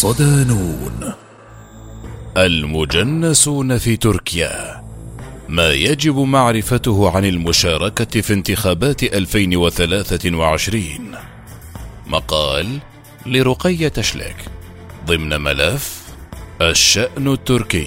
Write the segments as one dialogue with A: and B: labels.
A: صدانون. المجنسون في تركيا، ما يجب معرفته عن المشاركة في انتخابات 2023. مقال لرقية شلك ضمن ملف الشأن التركي.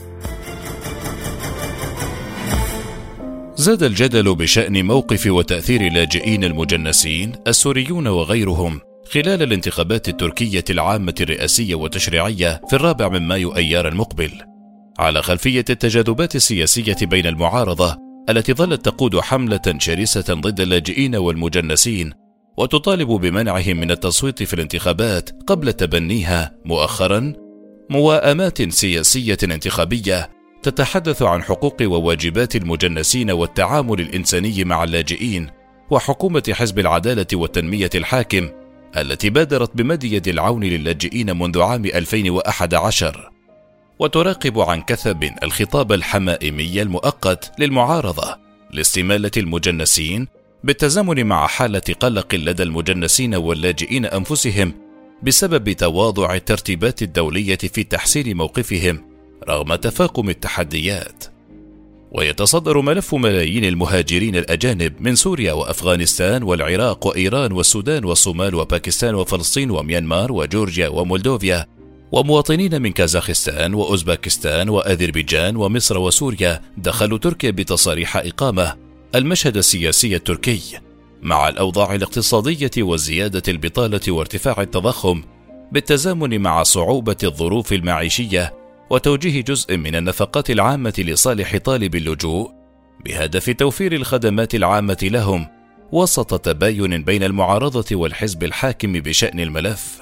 A: زاد الجدل بشأن موقف وتأثير لاجئين المجنسين السوريون وغيرهم خلال الانتخابات التركية العامة الرئاسية والتشريعية في 4 مايو أيار المقبل، على خلفية التجاذبات السياسية بين المعارضة التي ظلت تقود حملة شرسة ضد اللاجئين والمجنسين وتطالب بمنعهم من التصويت في الانتخابات قبل تبنيها مؤخرا موائمات سياسية انتخابية تتحدث عن حقوق وواجبات المجنسين والتعامل الإنساني مع اللاجئين، وحكومة حزب العدالة والتنمية الحاكم التي بادرت بمد يد العون للاجئين منذ عام 2011، وتراقب عن كثب الخطاب الحمائمي المؤقت للمعارضة لاستمالة المجنسين بالتزامن مع حالة قلق لدى المجنسين واللاجئين أنفسهم بسبب تواضع الترتيبات الدولية في تحسين موقفهم رغم تفاقم التحديات. ويتصدر ملف ملايين المهاجرين الأجانب من سوريا وأفغانستان والعراق وإيران والسودان والصومال وباكستان وفلسطين وميانمار وجورجيا ومولدوفيا ومواطنين من كازاخستان وأوزباكستان وأذربيجان ومصر وسوريا دخلوا تركيا بتصاريح إقامة المشهد السياسي التركي مع الأوضاع الاقتصادية وزيادة البطالة وارتفاع التضخم بالتزامن مع صعوبة الظروف المعيشية وتوجيه جزء من النفقات العامة لصالح طالب اللجوء بهدف توفير الخدمات العامة لهم، وسط تباين بين المعارضة والحزب الحاكم بشأن الملف.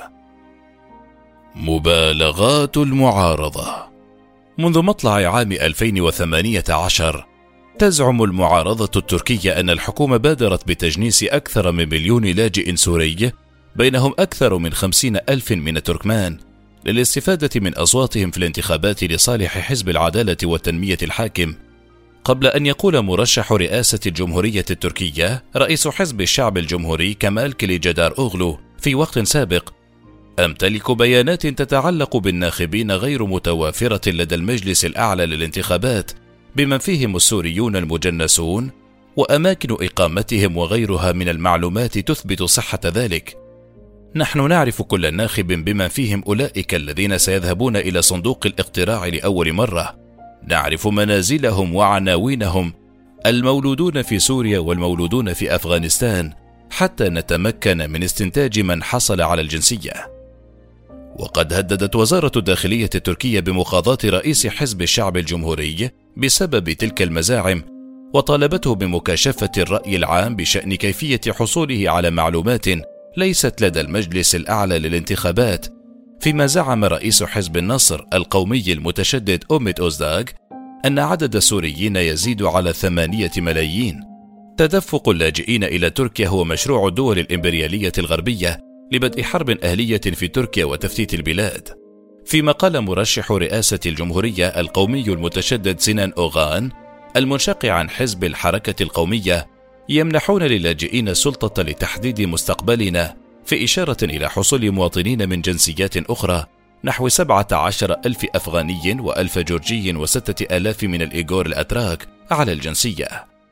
A: مبالغات المعارضة. منذ مطلع عام 2018 تزعم المعارضة التركية أن الحكومة بادرت بتجنيس أكثر من 1,000,000 لاجئ سوري، بينهم أكثر من 50,000 من التركمان، للاستفادة من أصواتهم في الانتخابات لصالح حزب العدالة والتنمية الحاكم، قبل أن يقول مرشح رئاسة الجمهورية التركية رئيس حزب الشعب الجمهوري كمال كليجدار أوغلو في وقت سابق: أمتلك بيانات تتعلق بالناخبين غير متوافرة لدى المجلس الأعلى للانتخابات بمن فيهم السوريون المجنسون وأماكن إقامتهم وغيرها من المعلومات تثبت صحة ذلك. نحن نعرف كل ناخب بمن فيهم أولئك الذين سيذهبون إلى صندوق الاقتراع لأول مرة، نعرف منازلهم وعناوينهم، المولودون في سوريا والمولودون في أفغانستان، حتى نتمكن من استنتاج من حصل على الجنسية. وقد هددت وزارة الداخلية التركية بمقاضاة رئيس حزب الشعب الجمهوري بسبب تلك المزاعم، وطالبته بمكاشفة الرأي العام بشأن كيفية حصوله على معلومات ليست لدى المجلس الأعلى للانتخابات، فيما زعم رئيس حزب النصر القومي المتشدد أوميت أوزداغ أن عدد السوريين يزيد على 8 ملايين. تدفق اللاجئين إلى تركيا هو مشروع الدول الإمبريالية الغربية لبدء حرب أهلية في تركيا وتفتيت البلاد. فيما قال مرشح رئاسة الجمهورية القومي المتشدد سينان أوغان المنشق عن حزب الحركة القومية: يمنحون للاجئين السلطة لتحديد مستقبلنا، في إشارة إلى حصول مواطنين من جنسيات أخرى نحو 17,000 أفغاني و1,000 جورجي و6,000 من الإيغور الأتراك على الجنسية.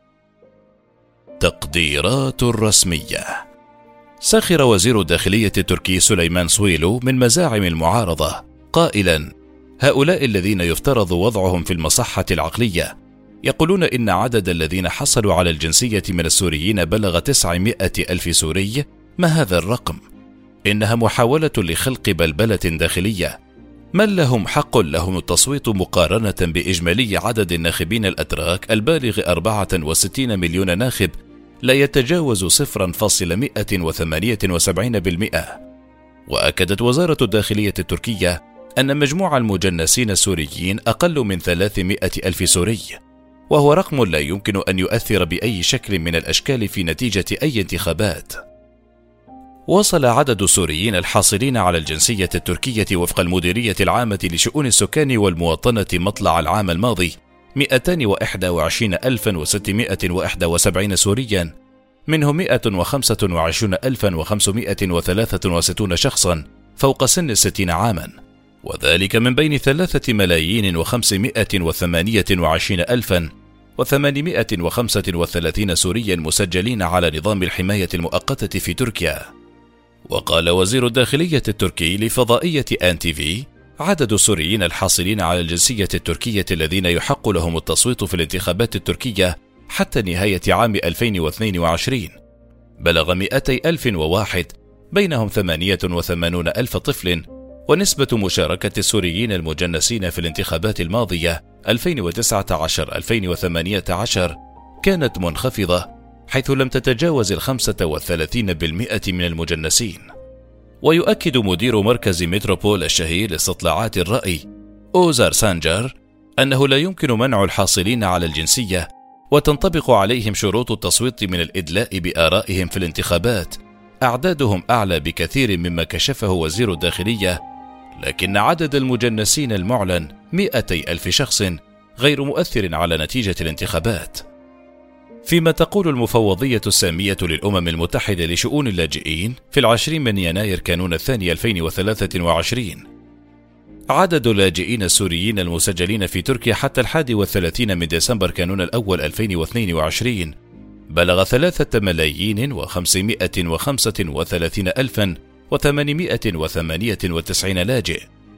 A: تقديرات رسمية. سخر وزير الداخلية التركي سليمان سويلو من مزاعم المعارضة قائلا: هؤلاء الذين يفترض وضعهم في المصحة العقلية يقولون إن عدد الذين حصلوا على الجنسية من السوريين بلغ 900,000 سوري. ما هذا الرقم؟ إنها محاولة لخلق بلبلة داخلية. من لهم حق لهم التصويت مقارنة بإجمالي عدد الناخبين الأتراك البالغ 64 مليون ناخب لا يتجاوز 0.178%. وأكدت وزارة الداخلية التركية أن مجموع المجنسين السوريين أقل من 300,000 سوري، وهو رقم لا يمكن أن يؤثر بأي شكل من الأشكال في نتيجة أي انتخابات. وصل عدد السوريين الحاصلين على الجنسية التركية وفق المديرية العامة لشؤون السكان والمواطنة مطلع العام الماضي 221,671 سوريا، منهم 125,563 شخصا فوق سن 60 عاما، وذلك من بين 3,528,835 سوريا مسجلين على نظام الحماية المؤقتة في تركيا. وقال وزير الداخلية التركي لفضائية NTV: عدد السوريين الحاصلين على الجنسية التركية الذين يحق لهم التصويت في الانتخابات التركية حتى نهاية عام 2022 بلغ 200,001، بينهم 88,000 طفل، ونسبة مشاركة السوريين المجنسين في الانتخابات الماضية 2019-2018 كانت منخفضة، حيث لم تتجاوز 35% من المجنسين. ويؤكد مدير مركز متروبول الشهير لاستطلاعات الرأي أوزار سانجار أنه لا يمكن منع الحاصلين على الجنسية، وتنطبق عليهم شروط التصويت من الإدلاء بآرائهم في الانتخابات. أعدادهم أعلى بكثير مما كشفه وزير الداخلية، لكن عدد المجنسين المعلن 200,000 شخص غير مؤثر على نتيجة الانتخابات. فيما تقول المفوضية السامية للأمم المتحدة لشؤون اللاجئين في 20 من يناير كانون الثاني 2023: عدد اللاجئين السوريين المسجلين في تركيا حتى 31 من ديسمبر كانون الأول 2022 بلغ 3,535,898 لاجئ.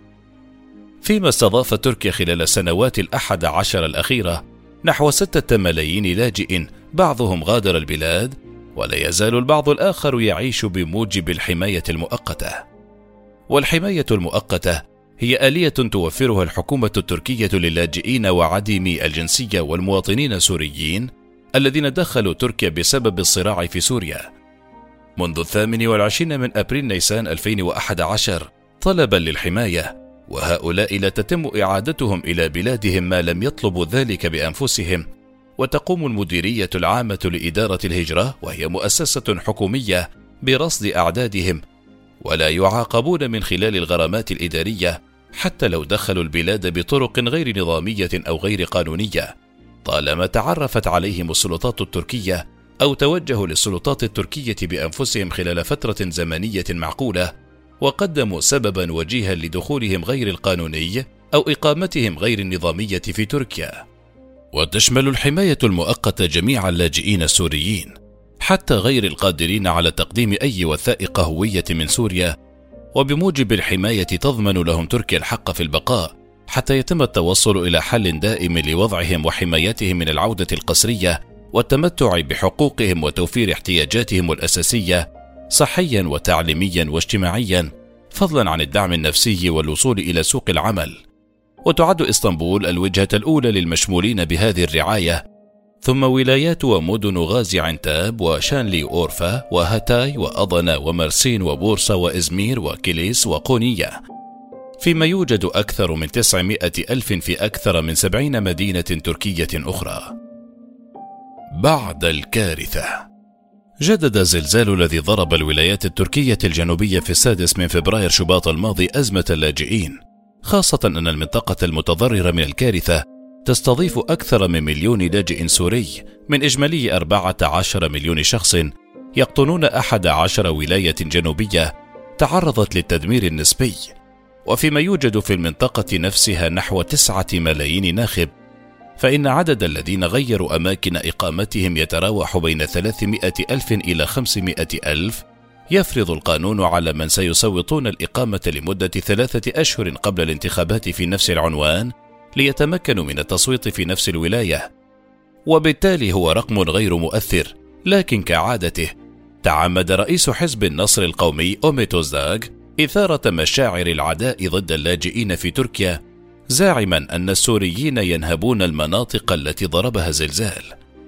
A: فيما استضافت تركيا خلال السنوات 11 الأخيرة نحو 6 ملايين لاجئ، بعضهم غادر البلاد، ولا يزال البعض الآخر يعيش بموجب الحماية المؤقتة. والحماية المؤقتة هي آلية توفرها الحكومة التركية للاجئين وعديمي الجنسية والمواطنين السوريين الذين دخلوا تركيا بسبب الصراع في سوريا منذ 28 من أبريل نيسان 2011 طلبا للحماية، وهؤلاء لا تتم إعادتهم إلى بلادهم ما لم يطلبوا ذلك بأنفسهم. وتقوم المديرية العامة لإدارة الهجرة، وهي مؤسسة حكومية، برصد أعدادهم، ولا يعاقبون من خلال الغرامات الإدارية حتى لو دخلوا البلاد بطرق غير نظامية أو غير قانونية، طالما تعرفت عليهم السلطات التركية أو توجهوا للسلطات التركية بأنفسهم خلال فترة زمنية معقولة وقدموا سببا وجيها لدخولهم غير القانوني أو إقامتهم غير النظامية في تركيا. وتشمل الحماية المؤقتة جميع اللاجئين السوريين حتى غير القادرين على تقديم أي وثائق هوية من سوريا، وبموجب الحماية تضمن لهم تركيا الحق في البقاء حتى يتم التوصل إلى حل دائم لوضعهم وحمايتهم من العودة القسرية والتمتع بحقوقهم وتوفير احتياجاتهم الأساسية صحيا وتعليميا واجتماعيا، فضلا عن الدعم النفسي والوصول إلى سوق العمل. وتعد إسطنبول الوجهة الأولى للمشمولين بهذه الرعاية، ثم ولايات ومدن غازي عنتاب وشانلي أورفا وهاتاي وأضنا ومرسين وبورصة وإزمير وكيليس وقونية، فيما يوجد أكثر من 900,000 في أكثر من 70 مدينة تركية أخرى. بعد الكارثة، جدد الزلزال الذي ضرب الولايات التركية الجنوبية في 6 من فبراير شباط الماضي أزمة اللاجئين، خاصة أن المنطقة المتضررة من الكارثة تستضيف أكثر من 1,000,000 لاجئ سوري من إجمالي 14 مليون شخص يقطنون 11 ولاية جنوبية تعرضت للتدمير النسبي، وفيما يوجد في المنطقة نفسها نحو 9 ملايين ناخب، فإن عدد الذين غيروا أماكن إقامتهم يتراوح بين 300,000 إلى 500,000. يفرض القانون على من سيصوتون الإقامة لمدة 3 أشهر قبل الانتخابات في نفس العنوان ليتمكنوا من التصويت في نفس الولاية، وبالتالي هو رقم غير مؤثر. لكن كعادته تعمد رئيس حزب النصر القومي أوميت أوزداغ إثارة مشاعر العداء ضد اللاجئين في تركيا، زاعما أن السوريين ينهبون المناطق التي ضربها الزلزال.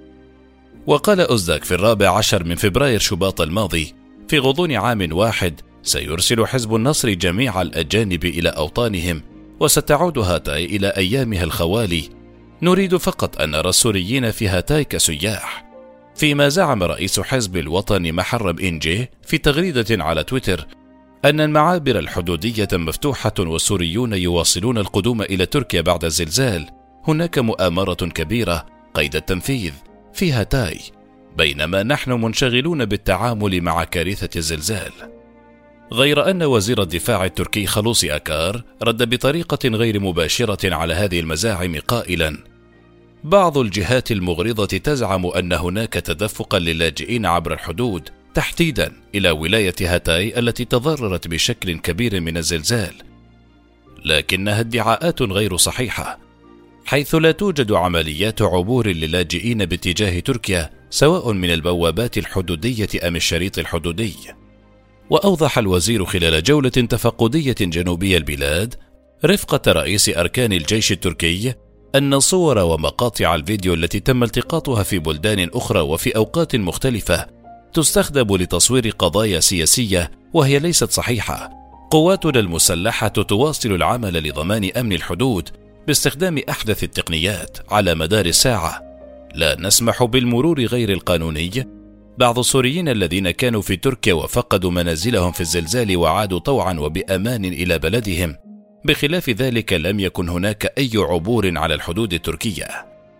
A: وقال أوزداغ في 14 من فبراير شباط الماضي: في غضون عام واحد سيرسل حزب النصر جميع الأجانب إلى أوطانهم، وستعود هاتاي إلى أيامها الخوالي. نريد فقط أن نرى السوريين في هاتاي كسياح. فيما زعم رئيس حزب الوطن محرم إنجي في تغريدة على تويتر أن المعابر الحدودية مفتوحة والسوريون يواصلون القدوم إلى تركيا بعد الزلزال، هناك مؤامرة كبيرة قيد التنفيذ في هاتاي، بينما نحن منشغلون بالتعامل مع كارثة الزلزال. غير أن وزير الدفاع التركي خلوصي أكار رد بطريقة غير مباشرة على هذه المزاعم قائلا: بعض الجهات المغرضة تزعم أن هناك تدفقا للاجئين عبر الحدود، تحديدا إلى ولاية هاتاي التي تضررت بشكل كبير من الزلزال، لكنها ادعاءات غير صحيحة، حيث لا توجد عمليات عبور للاجئين باتجاه تركيا سواء من البوابات الحدودية أم الشريط الحدودي. وأوضح الوزير خلال جولة تفقدية جنوبي البلاد رفقة رئيس أركان الجيش التركي أن صور ومقاطع الفيديو التي تم التقاطها في بلدان أخرى وفي أوقات مختلفة تستخدم لتصوير قضايا سياسية وهي ليست صحيحة. قواتنا المسلحة تواصل العمل لضمان أمن الحدود باستخدام أحدث التقنيات على مدار الساعة، لا نسمح بالمرور غير القانوني. بعض السوريين الذين كانوا في تركيا وفقدوا منازلهم في الزلزال وعادوا طوعا وبأمان إلى بلدهم، بخلاف ذلك لم يكن هناك أي عبور على الحدود التركية.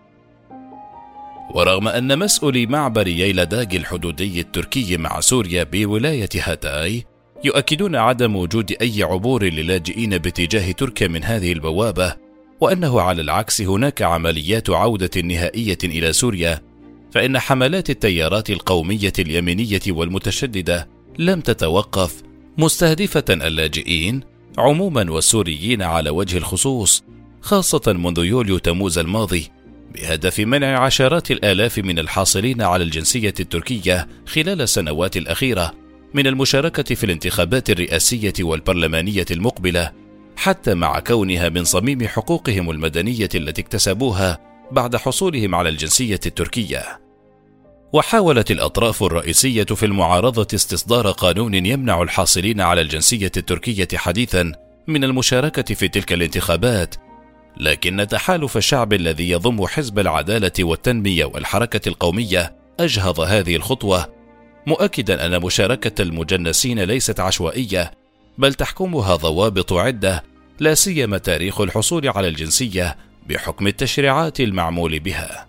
A: ورغم أن مسؤولي معبر ييلداغ الحدودي التركي مع سوريا بولاية هاتاي يؤكدون عدم وجود أي عبور للاجئين باتجاه تركيا من هذه البوابة، وأنه على العكس هناك عمليات عودة نهائية إلى سوريا، فإن حملات التيارات القومية اليمينية والمتشددة لم تتوقف، مستهدفة اللاجئين عموما والسوريين على وجه الخصوص، خاصة منذ يوليو تموز الماضي، بهدف منع عشرات الآلاف من الحاصلين على الجنسية التركية خلال السنوات الأخيرة من المشاركة في الانتخابات الرئاسية والبرلمانية المقبلة، حتى مع كونها من صميم حقوقهم المدنية التي اكتسبوها بعد حصولهم على الجنسية التركية. وحاولت الأطراف الرئيسية في المعارضة استصدار قانون يمنع الحاصلين على الجنسية التركية حديثا من المشاركة في تلك الانتخابات، لكن تحالف الشعب الذي يضم حزب العدالة والتنمية والحركة القومية أجهض هذه الخطوة، مؤكدا أن مشاركة المجنسين ليست عشوائية، بل تحكمها ضوابط عدة، لا سيما تاريخ الحصول على الجنسية بحكم التشريعات المعمول بها.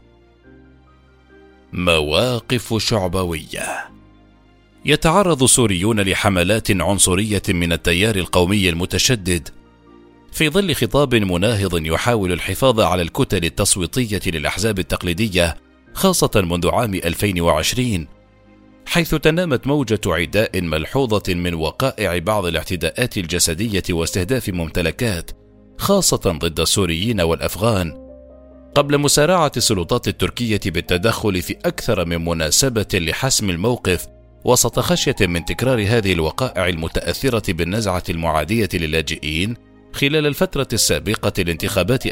A: مواقف شعبوية. يتعرض سوريون لحملات عنصرية من التيار القومي المتشدد في ظل خطاب مناهض يحاول الحفاظ على الكتل التصويتية للأحزاب التقليدية، خاصة منذ عام 2020، حيث تنامت موجة عداء ملحوظة من وقائع بعض الاعتداءات الجسدية واستهداف ممتلكات، خاصة ضد السوريين والأفغان، قبل مسارعة السلطات التركية بالتدخل في أكثر من مناسبة لحسم الموقف وسط خشية من تكرار هذه الوقائع المتأثرة بالنزعة المعادية للاجئين خلال الفترة السابقة لانتخابات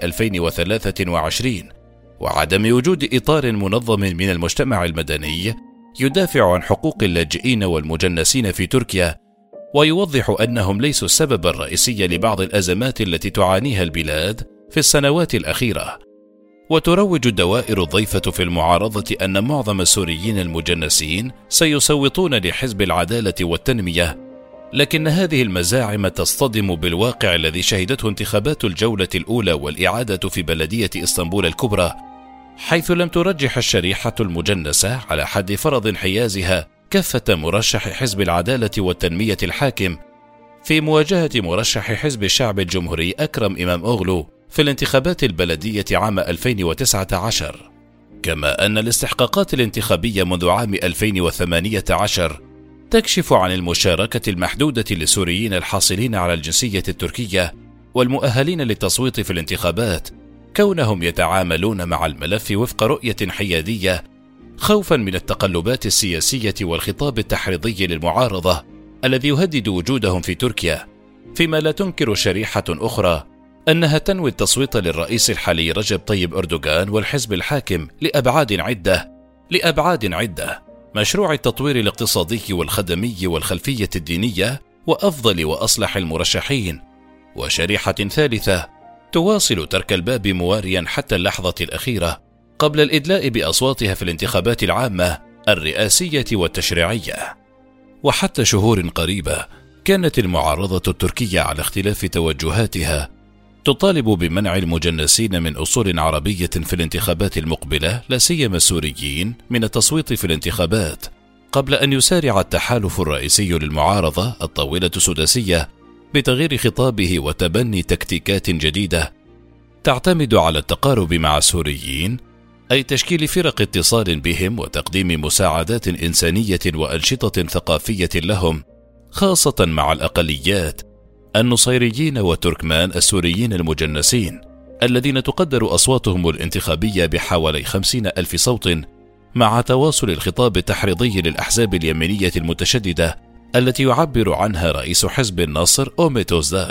A: 2023، وعدم وجود إطار منظم من المجتمع المدني يدافع عن حقوق اللاجئين والمجنسين في تركيا، ويوضح أنهم ليسوا السبب الرئيسي لبعض الأزمات التي تعانيها البلاد في السنوات الأخيرة. وتروج الدوائر الضيفة في المعارضة أن معظم السوريين المجنسين سيصوتون لحزب العدالة والتنمية، لكن هذه المزاعم تصطدم بالواقع الذي شهدته انتخابات الجولة الأولى والإعادة في بلدية إسطنبول الكبرى، حيث لم ترجح الشريحة المجنسة على حد فرض انحيازها كفة مرشح حزب العدالة والتنمية الحاكم في مواجهة مرشح حزب الشعب الجمهوري أكرم إمام أوغلو في الانتخابات البلدية عام 2019. كما أن الاستحقاقات الانتخابية منذ عام 2018 تكشف عن المشاركة المحدودة للسوريين الحاصلين على الجنسية التركية والمؤهلين للتصويت في الانتخابات، كونهم يتعاملون مع الملف وفق رؤية حيادية، خوفا من التقلبات السياسية والخطاب التحريضي للمعارضة الذي يهدد وجودهم في تركيا، فيما لا تنكر شريحة أخرى أنها تنوي التصويت للرئيس الحالي رجب طيب أردوغان والحزب الحاكم لأبعاد عدة، مشروع التطوير الاقتصادي والخدمي والخلفية الدينية وأفضل وأصلح المرشحين، وشريحة ثالثة تواصل ترك الباب مواريا حتى اللحظة الأخيرة قبل الإدلاء بأصواتها في الانتخابات العامة الرئاسية والتشريعية. وحتى شهور قريبة كانت المعارضة التركية على اختلاف توجهاتها تطالب بمنع المجنسين من أصول عربية في الانتخابات المقبلة، لا سيما السوريين، من التصويت في الانتخابات، قبل أن يسارع التحالف الرئيسي للمعارضة الطاولة السداسية بتغيير خطابه وتبني تكتيكات جديدة تعتمد على التقارب مع السوريين، أي تشكيل فرق اتصال بهم وتقديم مساعدات إنسانية وأنشطة ثقافية لهم، خاصة مع الأقليات النصيريين والتركمان السوريين المجنسين الذين تقدر أصواتهم الانتخابية بحوالي 50,000 صوت، مع تواصل الخطاب التحريضي للأحزاب اليمينية المتشددة التي يعبر عنها رئيس حزب النصر أوميت أوزداغ.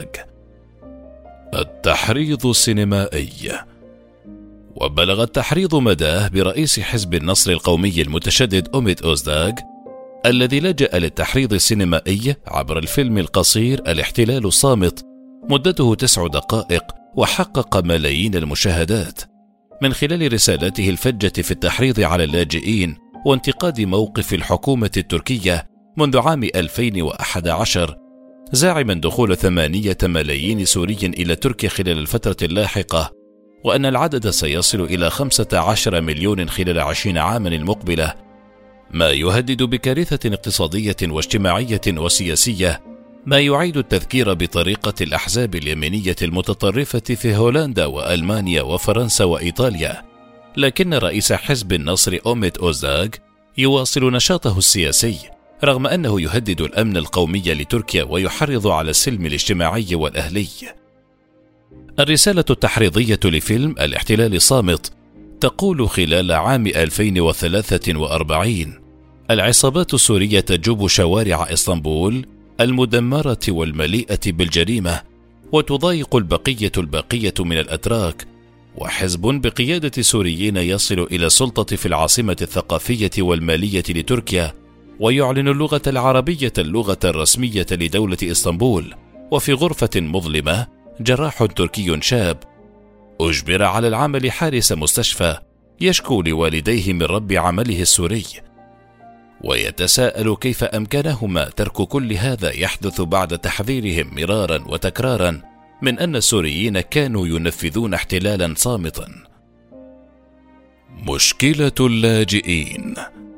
A: التحريض السينمائي. وبلغ التحريض مداه برئيس حزب النصر القومي المتشدد أوميت أوزداغ الذي لجأ للتحريض السينمائي عبر الفيلم القصير الاحتلال الصامت مدته 9 دقائق وحقق ملايين المشاهدات، من خلال رسالته الفجة في التحريض على اللاجئين وانتقاد موقف الحكومة التركية منذ عام 2011، زاعما دخول 8 ملايين سوري إلى تركيا خلال الفترة اللاحقة، وأن العدد سيصل إلى 15 مليون خلال 20 عاما المقبلة، ما يهدد بكارثة اقتصادية واجتماعية وسياسية، ما يعيد التذكير بطريقة الأحزاب اليمينية المتطرفة في هولندا وألمانيا وفرنسا وإيطاليا. لكن رئيس حزب النصر أوميت أوزداغ يواصل نشاطه السياسي رغم أنه يهدد الأمن القومي لتركيا ويحرض على السلم الاجتماعي والأهلي. الرسالة التحريضية لفيلم الاحتلال الصامت تقول خلال عام 2043 العصابات السورية تجوب شوارع إسطنبول المدمرة والمليئة بالجريمة وتضايق البقية من الأتراك، وحزب بقيادة سوريين يصل إلى السلطة في العاصمة الثقافية والمالية لتركيا ويعلن اللغة العربية اللغة الرسمية لدولة إسطنبول. وفي غرفة مظلمة جراح تركي شاب أجبر على العمل حارس مستشفى يشكو لوالديه من رب عمله السوري، ويتساءل كيف أمكنهما ترك كل هذا يحدث بعد تحذيرهم مرارا وتكرارا من أن السوريين كانوا ينفذون احتلالا صامتا. مشكلة اللاجئين.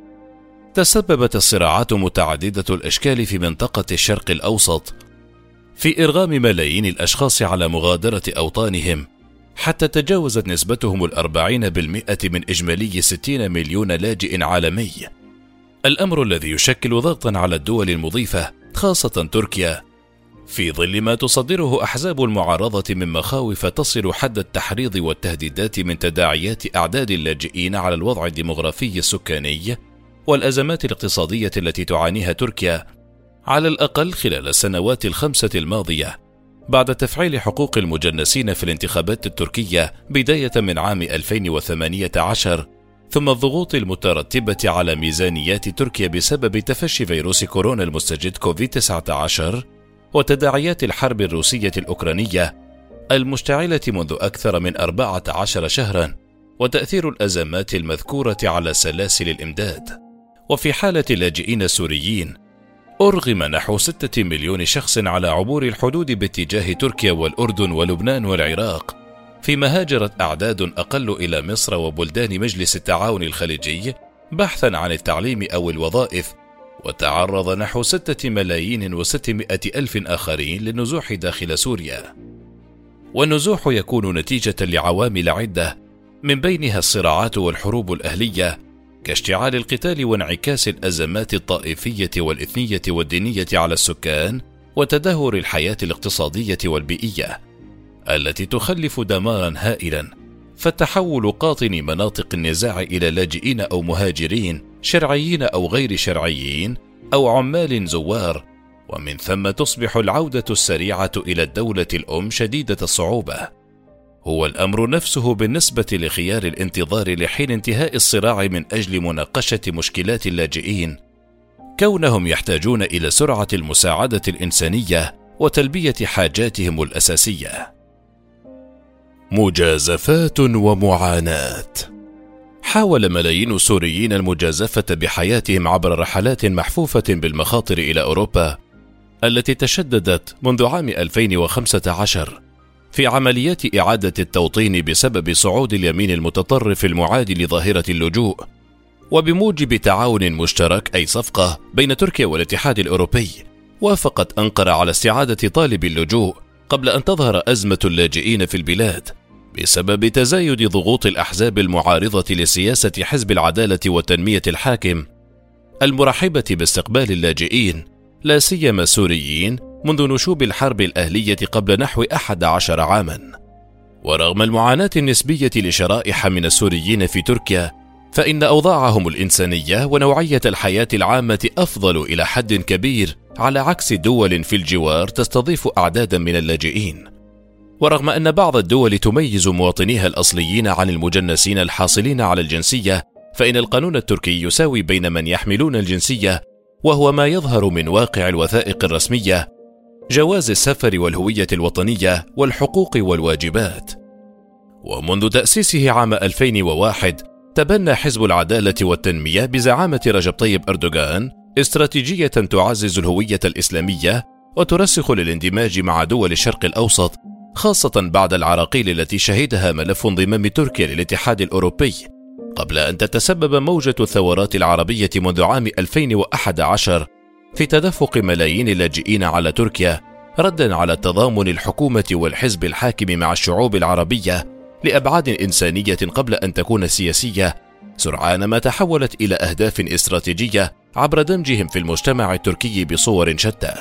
A: تسببت الصراعات متعددة الأشكال في منطقة الشرق الأوسط في إرغام ملايين الأشخاص على مغادرة أوطانهم، حتى تجاوزت نسبتهم 40% من إجمالي 60 مليون لاجئ عالمي، الأمر الذي يشكل ضغطا على الدول المضيفة خاصة تركيا، في ظل ما تصدره أحزاب المعارضة من مخاوف تصل حد التحريض والتهديدات من تداعيات أعداد اللاجئين على الوضع الديمغرافي السكاني والأزمات الاقتصادية التي تعانيها تركيا، على الأقل خلال السنوات ال5 الماضية، بعد تفعيل حقوق المجنسين في الانتخابات التركية بداية من عام 2018، ثم الضغوط المترتبة على ميزانيات تركيا بسبب تفشي فيروس كورونا المستجد كوفيد-19 وتداعيات الحرب الروسية الأوكرانية المشتعلة منذ أكثر من 14 شهرا، وتأثير الأزمات المذكورة على سلاسل الإمداد. وفي حالة اللاجئين السوريين، أرغم نحو 6 مليون شخص على عبور الحدود باتجاه تركيا والأردن ولبنان والعراق، فيما هاجرت أعداد أقل إلى مصر وبلدان مجلس التعاون الخليجي بحثا عن التعليم أو الوظائف، وتعرض نحو 6,600,000 آخرين للنزوح داخل سوريا. والنزوح يكون نتيجة لعوامل عدة، من بينها الصراعات والحروب الأهلية كاشتعال القتال وانعكاس الأزمات الطائفية والإثنية والدينية على السكان، وتدهور الحياة الاقتصادية والبيئية التي تخلف دمارا هائلا. فتحول قاطني مناطق النزاع إلى لاجئين أو مهاجرين شرعيين أو غير شرعيين أو عمال زوار، ومن ثم تصبح العودة السريعة إلى الدولة الأم شديدة الصعوبة. هو الأمر نفسه بالنسبة لخيار الانتظار لحين انتهاء الصراع من أجل مناقشة مشكلات اللاجئين، كونهم يحتاجون إلى سرعة المساعدة الإنسانية وتلبية حاجاتهم الأساسية. مجازفات ومعاناة. حاول ملايين السوريين المجازفة بحياتهم عبر رحلات محفوفة بالمخاطر إلى أوروبا التي تشددت منذ عام 2015 في عمليات إعادة التوطين بسبب صعود اليمين المتطرف المعادي لظاهرة اللجوء، وبموجب تعاون مشترك أي صفقة بين تركيا والاتحاد الأوروبي، وافقت أنقرة على استعادة طالب اللجوء قبل أن تظهر أزمة اللاجئين في البلاد بسبب تزايد ضغوط الأحزاب المعارضة لسياسة حزب العدالة والتنمية الحاكم المرحبة باستقبال اللاجئين لا سيما السوريين منذ نشوب الحرب الأهلية قبل نحو 11 عاما. ورغم المعاناة النسبية لشرائح من السوريين في تركيا، فإن أوضاعهم الإنسانية ونوعية الحياة العامة أفضل إلى حد كبير على عكس دول في الجوار تستضيف أعدادا من اللاجئين. ورغم أن بعض الدول تميز مواطنيها الأصليين عن المجنسين الحاصلين على الجنسية، فإن القانون التركي يساوي بين من يحملون الجنسية، وهو ما يظهر من واقع الوثائق الرسمية، جواز السفر والهوية الوطنية والحقوق والواجبات. ومنذ تأسيسه عام 2001 تبنى حزب العدالة والتنمية بزعامة رجب طيب أردوغان استراتيجية تعزز الهوية الإسلامية وترسخ للاندماج مع دول الشرق الأوسط، خاصة بعد العراقيل التي شهدها ملف انضمام تركيا للاتحاد الأوروبي، قبل أن تتسبب موجة الثورات العربية منذ عام 2011 في تدفق ملايين اللاجئين على تركيا، ردا على تضامن الحكومة والحزب الحاكم مع الشعوب العربية لأبعاد إنسانية قبل أن تكون سياسية، سرعان ما تحولت إلى أهداف استراتيجية عبر دمجهم في المجتمع التركي بصور شتى.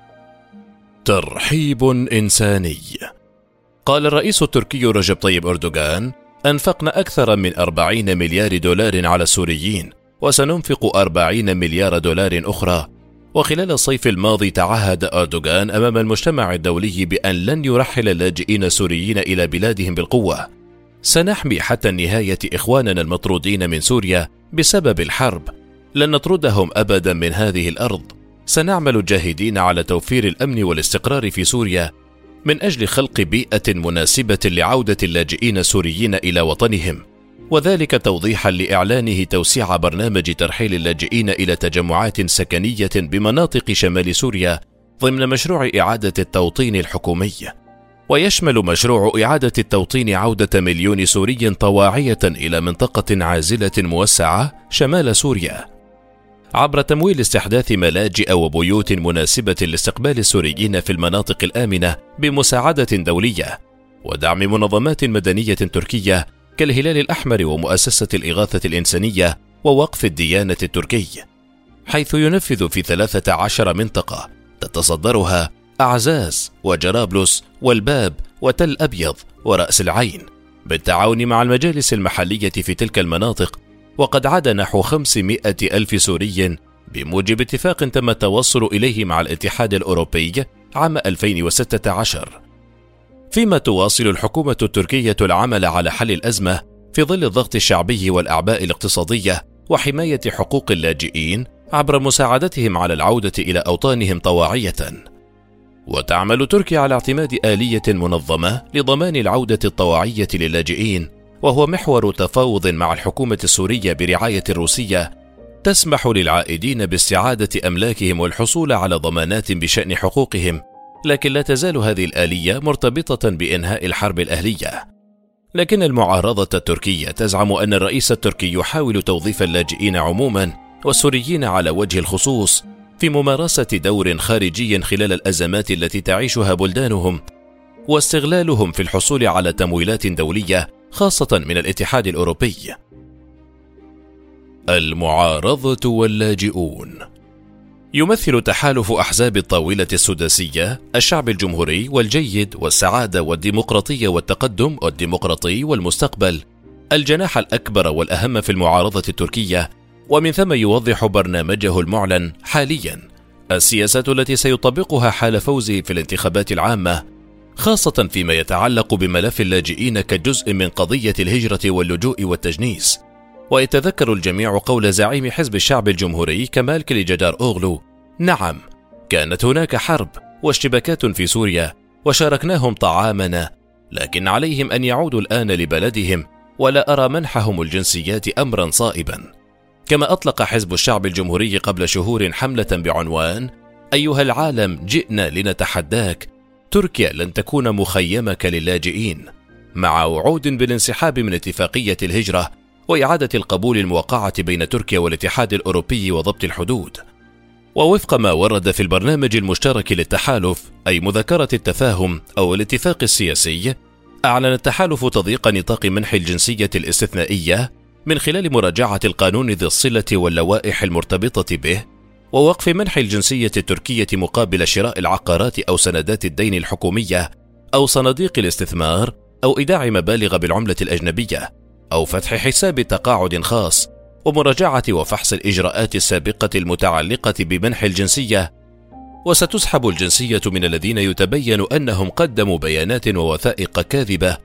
A: ترحيب إنساني. قال الرئيس التركي رجب طيب أردوغان: أنفقنا أكثر من 40 مليار دولار على السوريين، وسننفق 40 مليار دولار أخرى. وخلال الصيف الماضي تعهد أردوغان أمام المجتمع الدولي بأن لن يرحل اللاجئين السوريين إلى بلادهم بالقوة. سنحمي حتى النهاية إخواننا المطرودين من سوريا بسبب الحرب، لن نطردهم أبدا من هذه الأرض. سنعمل جاهدين على توفير الأمن والاستقرار في سوريا من أجل خلق بيئة مناسبة لعودة اللاجئين السوريين إلى وطنهم، وذلك توضيحا لإعلانه توسيع برنامج ترحيل اللاجئين إلى تجمعات سكنية بمناطق شمال سوريا ضمن مشروع إعادة التوطين الحكومي. ويشمل مشروع إعادة التوطين عودة مليون سوري طواعية إلى منطقة عازلة موسعة شمال سوريا، عبر تمويل استحداث ملاجئ وبيوت مناسبة لاستقبال السوريين في المناطق الآمنة بمساعدة دولية، ودعم منظمات مدنية تركية كالهلال الأحمر ومؤسسة الإغاثة الإنسانية ووقف الديانة التركي، حيث ينفذ في 13 منطقة تتصدرها أعزاز وجرابلس والباب وتل أبيض ورأس العين، بالتعاون مع المجالس المحلية في تلك المناطق. وقد عاد نحو 500 ألف سوري بموجب اتفاق تم التوصل إليه مع الاتحاد الأوروبي عام 2016. فيما تواصل الحكومة التركية العمل على حل الأزمة في ظل الضغط الشعبي والأعباء الاقتصادية وحماية حقوق اللاجئين عبر مساعدتهم على العودة إلى أوطانهم طواعية. وتعمل تركيا على اعتماد آلية منظمة لضمان العودة الطواعية للاجئين، وهو محور تفاوض مع الحكومة السورية برعاية الروسية تسمح للعائدين باستعادة أملاكهم والحصول على ضمانات بشأن حقوقهم، لكن لا تزال هذه الآلية مرتبطة بإنهاء الحرب الأهلية. لكن المعارضة التركية تزعم أن الرئيس التركي يحاول توظيف اللاجئين عموما والسوريين على وجه الخصوص في ممارسة دور خارجي خلال الأزمات التي تعيشها بلدانهم، واستغلالهم في الحصول على تمويلات دولية خاصة من الاتحاد الأوروبي. المعارضة واللاجئون. يمثل تحالف أحزاب الطاولة السداسية الشعب الجمهوري والجيد والسعادة والديمقراطية والتقدم والديمقراطي والمستقبل الجناح الأكبر والأهم في المعارضة التركية، ومن ثم يوضح برنامجه المعلن حاليا السياسات التي سيطبقها حال فوزه في الانتخابات العامة، خاصة فيما يتعلق بملف اللاجئين كجزء من قضية الهجرة واللجوء والتجنيس. ويتذكر الجميع قول زعيم حزب الشعب الجمهوري كمال كليجدار أوغلو: نعم، كانت هناك حرب واشتباكات في سوريا وشاركناهم طعامنا، لكن عليهم أن يعودوا الآن لبلدهم، ولا أرى منحهم الجنسيات أمرا صائبا. كما أطلق حزب الشعب الجمهوري قبل شهور حملة بعنوان: أيها العالم جئنا لنتحداك، تركيا لن تكون مخيمك للاجئين، مع وعود بالانسحاب من اتفاقية الهجرة وإعادة القبول الموقعة بين تركيا والاتحاد الأوروبي وضبط الحدود. ووفق ما ورد في البرنامج المشترك للتحالف، أي مذكرة التفاهم أو الاتفاق السياسي، أعلن التحالف تضييق نطاق منح الجنسية الاستثنائية من خلال مراجعة القانون ذي الصلة واللوائح المرتبطة به، ووقف منح الجنسية التركية مقابل شراء العقارات أو سندات الدين الحكومية أو صناديق الاستثمار أو إيداع مبالغ بالعملة الأجنبية أو فتح حساب تقاعد خاص، ومراجعة وفحص الإجراءات السابقة المتعلقة بمنح الجنسية. وستسحب الجنسية من الذين يتبين أنهم قدموا بيانات ووثائق كاذبة،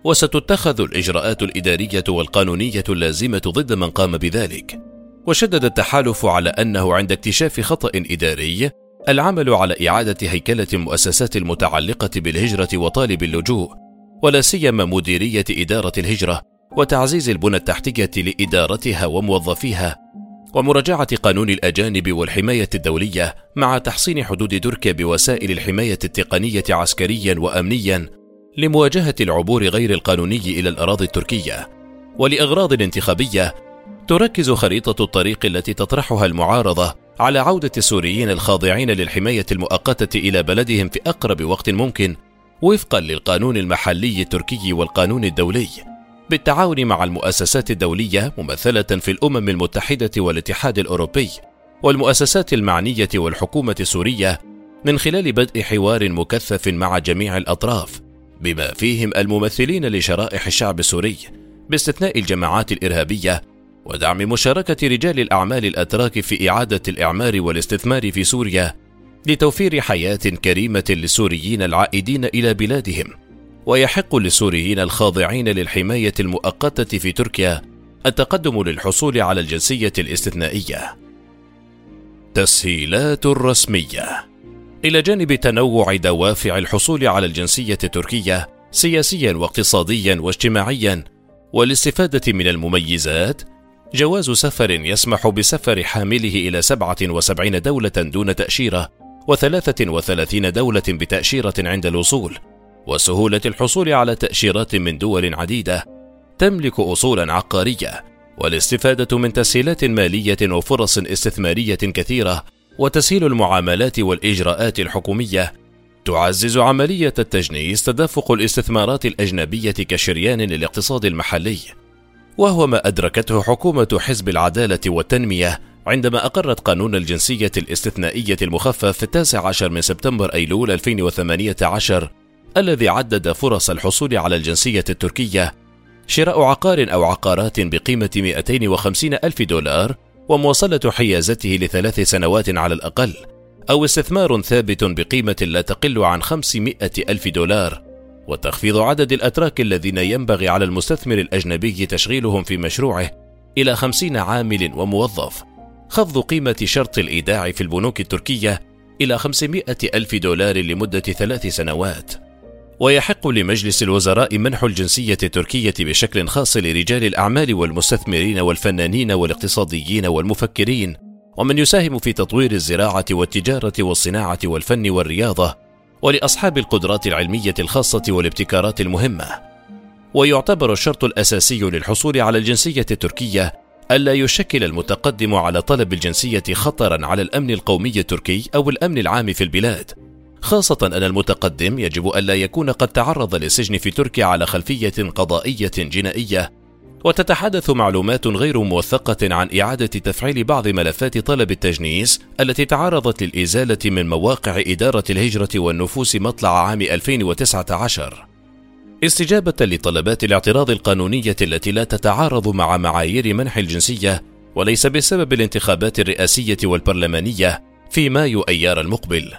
A: وستتخذ الإجراءات الإدارية والقانونية اللازمة ضد من قام بذلك. وشدد التحالف على أنه عند اكتشاف خطأ إداري العمل على إعادة هيكلة المؤسسات المتعلقة بالهجرة وطالب اللجوء، ولا سيما مديرية إدارة الهجرة، وتعزيز البنى التحتية لإدارتها وموظفيها، ومراجعة قانون الأجانب والحماية الدولية مع تحصين حدود تركيا بوسائل الحماية التقنية عسكريا وأمنيا لمواجهة العبور غير القانوني إلى الأراضي التركية. ولأغراض انتخابية تركز خريطة الطريق التي تطرحها المعارضة على عودة السوريين الخاضعين للحماية المؤقتة إلى بلدهم في أقرب وقت ممكن وفقا للقانون المحلي التركي والقانون الدولي، بالتعاون مع المؤسسات الدولية ممثلة في الأمم المتحدة والاتحاد الأوروبي والمؤسسات المعنية والحكومة السورية، من خلال بدء حوار مكثف مع جميع الأطراف بما فيهم الممثلين لشرائح الشعب السوري باستثناء الجماعات الإرهابية، ودعم مشاركة رجال الأعمال الأتراك في إعادة الإعمار والاستثمار في سوريا لتوفير حياة كريمة للسوريين العائدين إلى بلادهم. ويحق للسوريين الخاضعين للحماية المؤقتة في تركيا التقدم للحصول على الجنسية الاستثنائية. تسهيلات رسمية. إلى جانب تنوع دوافع الحصول على الجنسية التركية سياسيا واقتصاديا واجتماعيا والاستفادة من المميزات، جواز سفر يسمح بسفر حامله إلى 77 دولة دون تأشيرة و33 دولة بتأشيرة عند الوصول، وسهولة الحصول على تأشيرات من دول عديدة تملك أصولا عقارية، والاستفادة من تسهيلات مالية وفرص استثمارية كثيرة، وتسهيل المعاملات والإجراءات الحكومية. تعزز عملية التجنيس تدفق الاستثمارات الأجنبية كشريان للاقتصاد المحلي، وهو ما أدركته حكومة حزب العدالة والتنمية عندما أقرت قانون الجنسية الاستثنائية المخفف في 19 من سبتمبر أيلول 2018، الذي عدد فرص الحصول على الجنسية التركية: شراء عقار أو عقارات بقيمة 250,000 دولار ومواصلة حيازته ل3 سنوات على الأقل، أو استثمار ثابت بقيمة لا تقل عن 500,000 دولار، وتخفيض عدد الأتراك الذين ينبغي على المستثمر الأجنبي تشغيلهم في مشروعه إلى 50 عامل وموظف، خفض قيمة شرط الإيداع في البنوك التركية إلى 500,000 دولار لمدة 3 سنوات. ويحق لمجلس الوزراء منح الجنسية التركية بشكل خاص لرجال الأعمال والمستثمرين والفنانين والاقتصاديين والمفكرين ومن يساهم في تطوير الزراعة والتجارة والصناعة والفن والرياضة، ولأصحاب القدرات العلمية الخاصة والابتكارات المهمة. ويعتبر الشرط الأساسي للحصول على الجنسية التركية ألا يشكل المتقدم على طلب الجنسية خطرا على الأمن القومي التركي أو الأمن العام في البلاد، خاصة أن المتقدم يجب ألا يكون قد تعرض للسجن في تركيا على خلفية قضائية جنائية. وتتحدث معلومات غير موثقة عن إعادة تفعيل بعض ملفات طلب التجنيس التي تعرضت للإزالة من مواقع إدارة الهجرة والنفوس مطلع عام 2019، استجابة لطلبات الاعتراض القانونية التي لا تتعارض مع معايير منح الجنسية، وليس بسبب الانتخابات الرئاسية والبرلمانية في مايو أيار المقبل.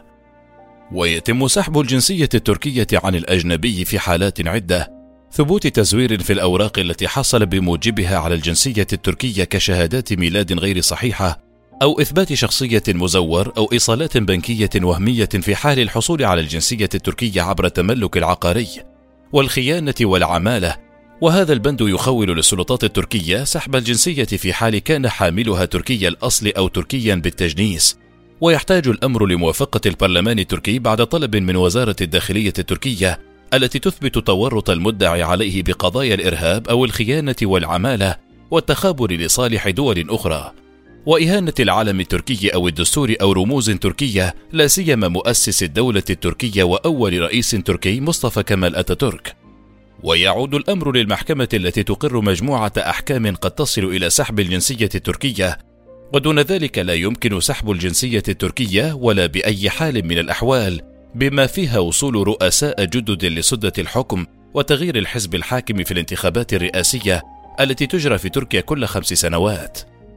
A: ويتم سحب الجنسية التركية عن الأجنبي في حالات عدة: ثبوت تزوير في الأوراق التي حصل بموجبها على الجنسية التركية كشهادات ميلاد غير صحيحة، أو إثبات شخصية مزور، أو إيصالات بنكية وهمية في حال الحصول على الجنسية التركية عبر التملك العقاري والخيانة والعمالة. وهذا البند يخول للسلطات التركية سحب الجنسية في حال كان حاملها تركي الأصل أو تركيا بالتجنيس، ويحتاج الأمر لموافقة البرلمان التركي بعد طلب من وزارة الداخلية التركية التي تثبت تورط المدعي عليه بقضايا الإرهاب أو الخيانة والعمالة والتخابر لصالح دول أخرى، وإهانة العلم التركي أو الدستور أو رموز تركية، لا سيما مؤسس الدولة التركية وأول رئيس تركي مصطفى كمال أتاتورك. ويعود الأمر للمحكمة التي تقر مجموعة أحكام قد تصل إلى سحب الجنسية التركية، ودون ذلك لا يمكن سحب الجنسية التركية ولا بأي حال من الأحوال، بما فيها وصول رؤساء جدد لسدة الحكم وتغيير الحزب الحاكم في الانتخابات الرئاسية التي تجرى في تركيا كل 5 سنوات.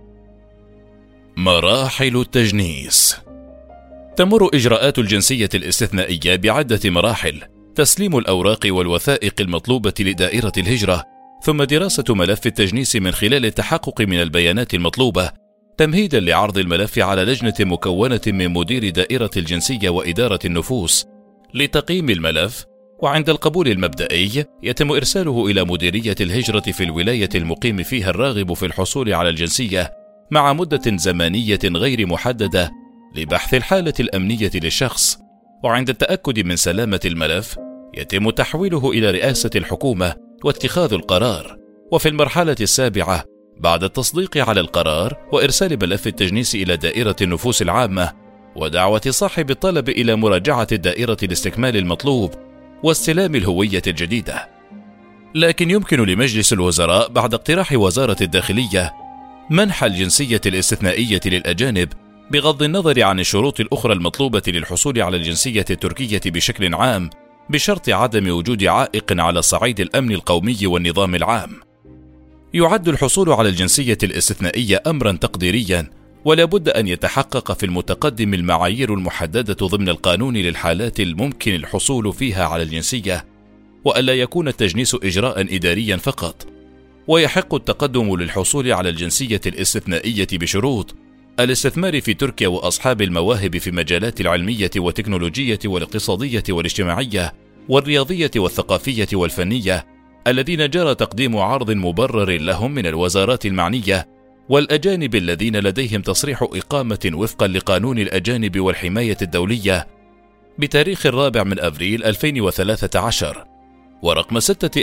A: مراحل التجنيس. تمر إجراءات الجنسية الاستثنائية بعدة مراحل: تسليم الأوراق والوثائق المطلوبة لدائرة الهجرة، ثم دراسة ملف التجنيس من خلال التحقق من البيانات المطلوبة، تمهيدا لعرض الملف على لجنة مكونة من مدير دائرة الجنسية وإدارة النفوس لتقييم الملف، وعند القبول المبدئي يتم إرساله إلى مديرية الهجرة في الولاية المقيم فيها الراغب في الحصول على الجنسية مع مدة زمنية غير محددة لبحث الحالة الأمنية للشخص، وعند التأكد من سلامة الملف يتم تحويله إلى رئاسة الحكومة واتخاذ القرار. وفي المرحلة السابعة بعد التصديق على القرار وإرسال ملف التجنيس إلى دائرة النفوس العامة ودعوة صاحب الطلب إلى مراجعة الدائرة لاستكمال المطلوب واستلام الهوية الجديدة. لكن يمكن لمجلس الوزراء بعد اقتراح وزارة الداخلية منح الجنسية الاستثنائية للأجانب بغض النظر عن الشروط الأخرى المطلوبة للحصول على الجنسية التركية بشكل عام، بشرط عدم وجود عائق على صعيد الأمن القومي والنظام العام. يعد الحصول على الجنسية الاستثنائية أمرا تقديريا، ولا بد أن يتحقق في المتقدم المعايير المحددة ضمن القانون للحالات الممكن الحصول فيها على الجنسية، وألا يكون التجنيس إجراء إداريا فقط. ويحق التقدم للحصول على الجنسية الاستثنائية بشروط الاستثمار في تركيا وأصحاب المواهب في مجالات العلمية والتكنولوجية والاقتصادية والاجتماعية والرياضية والثقافية والفنية الذين جرى تقديم عرض مبرر لهم من الوزارات المعنية، والأجانب الذين لديهم تصريح إقامة وفقا لقانون الأجانب والحماية الدولية بتاريخ 4 أبريل 2013 ورقم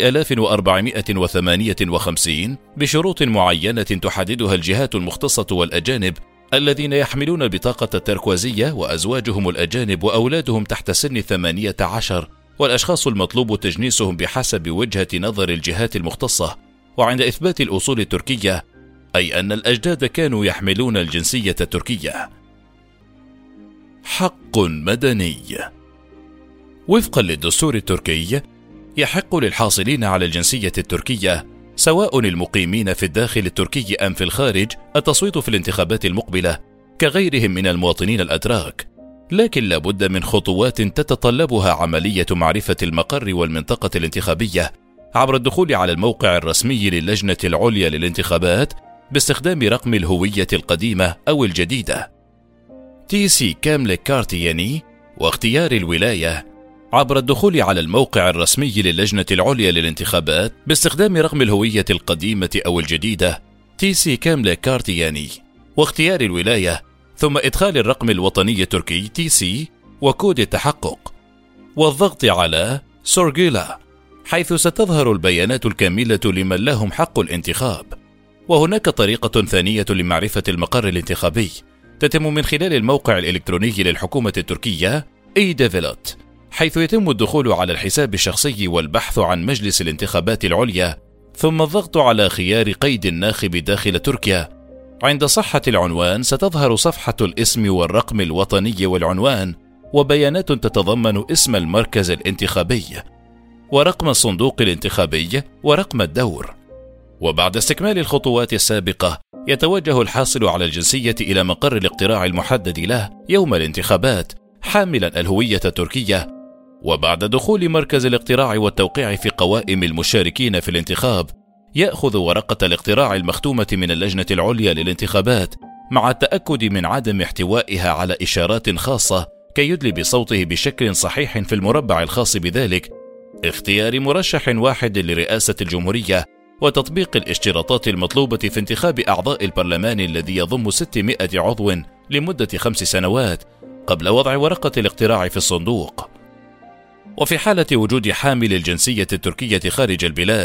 A: 6458 بشروط معينة تحددها الجهات المختصة والأجانب الذين يحملون بطاقة التركوازية وأزواجهم الأجانب وأولادهم تحت سن 18 والأشخاص المطلوب تجنيسهم بحسب وجهة نظر الجهات المختصة، وعند إثبات الأصول التركية، أي أن الأجداد كانوا يحملون الجنسية التركية. حق مدني. وفقا للدستور التركي يحق للحاصلين على الجنسية التركية سواء المقيمين في الداخل التركي أم في الخارج التصويت في الانتخابات المقبلة كغيرهم من المواطنين الأتراك، لكن لا بد من خطوات تتطلبها عملية معرفة المقر والمنطقة الانتخابية عبر الدخول على الموقع الرسمي للجنة العليا للانتخابات باستخدام رقم الهوية القديمة أو الجديدة TC كامل كارتياني، واختيار الولاية عبر الدخول على الموقع الرسمي للجنة العليا للانتخابات باستخدام رقم الهوية القديمة أو الجديدة TC كامل كارتياني، واختيار الولاية، ثم إدخال الرقم الوطني التركي TC وكود التحقق، والضغط على سورجيلا حيث ستظهر البيانات الكاملة لمن لهم حق الانتخاب. وهناك طريقة ثانية لمعرفة المقر الانتخابي تتم من خلال الموقع الإلكتروني للحكومة التركية e-Devlet، حيث يتم الدخول على الحساب الشخصي والبحث عن مجلس الانتخابات العليا، ثم الضغط على خيار قيد الناخب داخل تركيا. عند صحة العنوان ستظهر صفحة الاسم والرقم الوطني والعنوان وبيانات تتضمن اسم المركز الانتخابي ورقم الصندوق الانتخابي ورقم الدور. وبعد استكمال الخطوات السابقة يتوجه الحاصل على الجنسية إلى مقر الاقتراع المحدد له يوم الانتخابات حاملا الهوية التركية، وبعد دخول مركز الاقتراع والتوقيع في قوائم المشاركين في الانتخاب يأخذ ورقة الاقتراع المختومة من اللجنة العليا للانتخابات مع التأكد من عدم احتوائها على إشارات خاصة كي يدلي بصوته بشكل صحيح في المربع الخاص بذلك، اختيار مرشح واحد لرئاسة الجمهورية، وتطبيق الاشتراطات المطلوبة في انتخاب أعضاء البرلمان الذي يضم 600 عضو لمدة 5 سنوات قبل وضع ورقة الاقتراع في الصندوق. وفي حالة وجود حامل الجنسية التركية خارج البلاد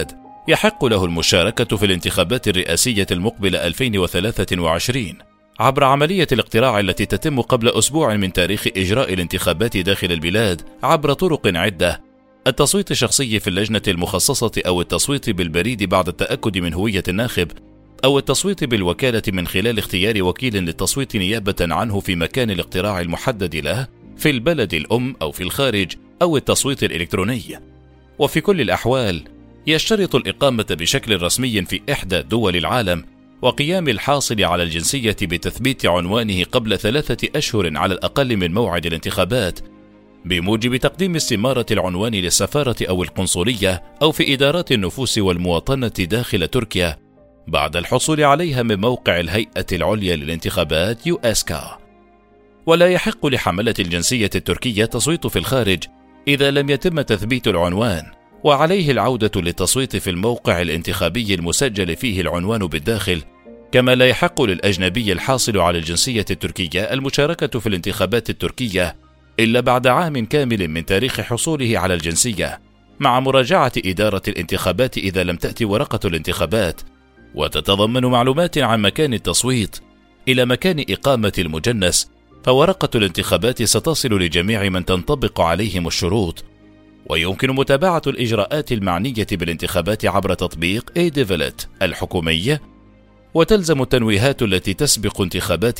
A: يحق له المشاركة في الانتخابات الرئاسية المقبلة 2023 عبر عملية الاقتراع التي تتم قبل أسبوع من تاريخ إجراء الانتخابات داخل البلاد عبر طرق عدة: التصويت الشخصي في اللجنة المخصصة، أو التصويت بالبريد بعد التأكد من هوية الناخب، أو التصويت بالوكالة من خلال اختيار وكيل للتصويت نيابة عنه في مكان الاقتراع المحدد له في البلد الأم أو في الخارج، أو التصويت الإلكتروني. وفي كل الأحوال يشترط الإقامة بشكل رسمي في إحدى دول العالم، وقيام الحاصل على الجنسية بتثبيت عنوانه قبل 3 أشهر على الأقل من موعد الانتخابات، بموجب تقديم استمارة العنوان للسفارة أو القنصلية أو في إدارات النفوس والمواطنة داخل تركيا بعد الحصول عليها من موقع الهيئة العليا للانتخابات يواسكا. ولا يحق لحملة الجنسية التركية تصويت في الخارج إذا لم يتم تثبيت العنوان، وعليه العودة للتصويت في الموقع الانتخابي المسجل فيه العنوان بالداخل. كما لا يحق للأجنبي الحاصل على الجنسية التركية المشاركة في الانتخابات التركية إلا بعد عام كامل من تاريخ حصوله على الجنسية، مع مراجعة إدارة الانتخابات إذا لم تأتي ورقة الانتخابات وتتضمن معلومات عن مكان التصويت إلى مكان إقامة المجنس، فورقة الانتخابات ستصل لجميع من تنطبق عليهم الشروط. ويمكن متابعة الإجراءات المعنية بالانتخابات عبر تطبيق ايديفلت الحكومي، وتلزم التنويهات التي تسبق انتخابات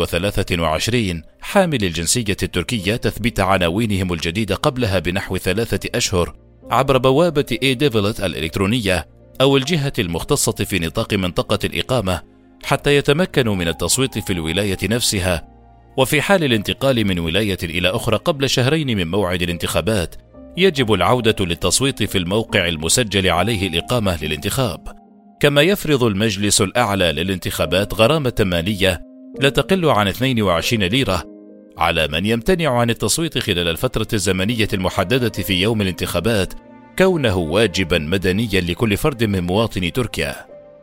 A: 2023 حامل الجنسية التركية تثبيت عناوينهم الجديدة قبلها بنحو 3 أشهر عبر بوابة ايديفلت الإلكترونية أو الجهة المختصة في نطاق منطقة الإقامة حتى يتمكنوا من التصويت في الولاية نفسها. وفي حال الانتقال من ولاية إلى أخرى قبل 2 شهر من موعد الانتخابات يجب العودة للتصويت في الموقع المسجل عليه الإقامة للانتخاب. كما يفرض المجلس الأعلى للانتخابات غرامة مالية لا تقل عن 22 ليرة على من يمتنع عن التصويت خلال الفترة الزمنية المحددة في يوم الانتخابات، كونه واجبا مدنيا لكل فرد من مواطني تركيا.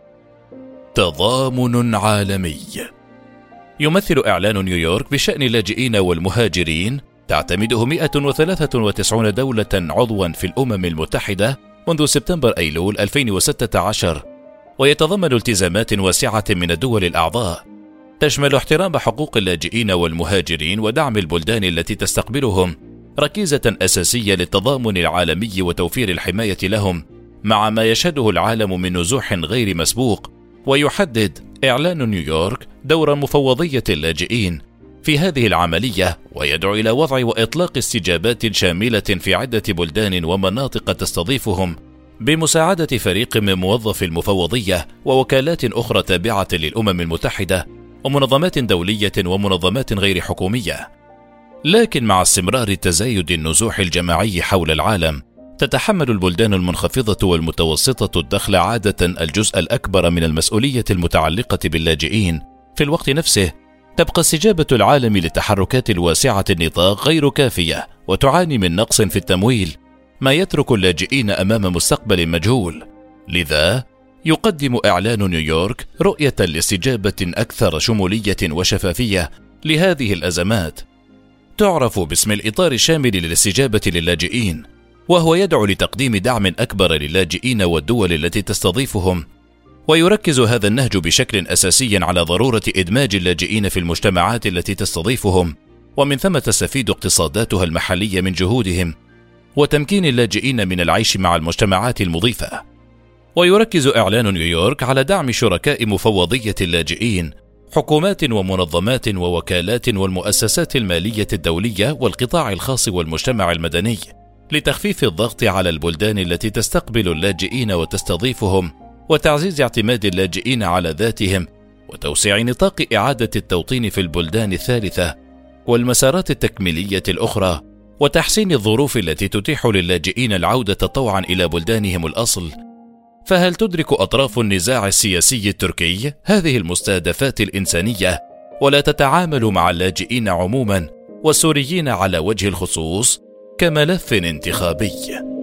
A: تضامن عالمي. يمثل إعلان نيويورك بشأن اللاجئين والمهاجرين تعتمده 193 دولة عضوا في الأمم المتحدة منذ سبتمبر أيلول 2016، ويتضمن التزامات واسعة من الدول الأعضاء تشمل احترام حقوق اللاجئين والمهاجرين ودعم البلدان التي تستقبلهم، ركيزة أساسية للتضامن العالمي وتوفير الحماية لهم مع ما يشهده العالم من نزوح غير مسبوق. ويحدد إعلان نيويورك دور مفوضية اللاجئين في هذه العملية، ويدعو إلى وضع وإطلاق استجابات شاملة في عدة بلدان ومناطق تستضيفهم بمساعدة فريق من موظفي المفوضية ووكالات أخرى تابعة للأمم المتحدة ومنظمات دولية ومنظمات غير حكومية. لكن مع استمرار تزايد النزوح الجماعي حول العالم، تتحمل البلدان المنخفضة والمتوسطة الدخل عادة الجزء الأكبر من المسؤولية المتعلقة باللاجئين. في الوقت نفسه تبقى استجابة العالم للتحركات الواسعة النطاق غير كافية وتعاني من نقص في التمويل، ما يترك اللاجئين أمام مستقبل مجهول. لذا يقدم إعلان نيويورك رؤية لاستجابة أكثر شمولية وشفافية لهذه الأزمات، تعرف باسم الإطار الشامل للاستجابة للاجئين، وهو يدعو لتقديم دعم أكبر للاجئين والدول التي تستضيفهم. ويركز هذا النهج بشكل أساسي على ضرورة إدماج اللاجئين في المجتمعات التي تستضيفهم، ومن ثم تستفيد اقتصاداتها المحلية من جهودهم، وتمكين اللاجئين من العيش مع المجتمعات المضيفة. ويركز إعلان نيويورك على دعم شركاء مفوضية اللاجئين، حكومات ومنظمات ووكالات والمؤسسات المالية الدولية والقطاع الخاص والمجتمع المدني، لتخفيف الضغط على البلدان التي تستقبل اللاجئين وتستضيفهم، وتعزيز اعتماد اللاجئين على ذاتهم، وتوسيع نطاق إعادة التوطين في البلدان الثالثة والمسارات التكميلية الأخرى، وتحسين الظروف التي تتيح للاجئين العودة طوعا إلى بلدانهم الأصل. فهل تدرك أطراف النزاع السياسي التركي هذه المستهدفات الإنسانية ولا تتعامل مع اللاجئين عموما والسوريين على وجه الخصوص كملف انتخابي؟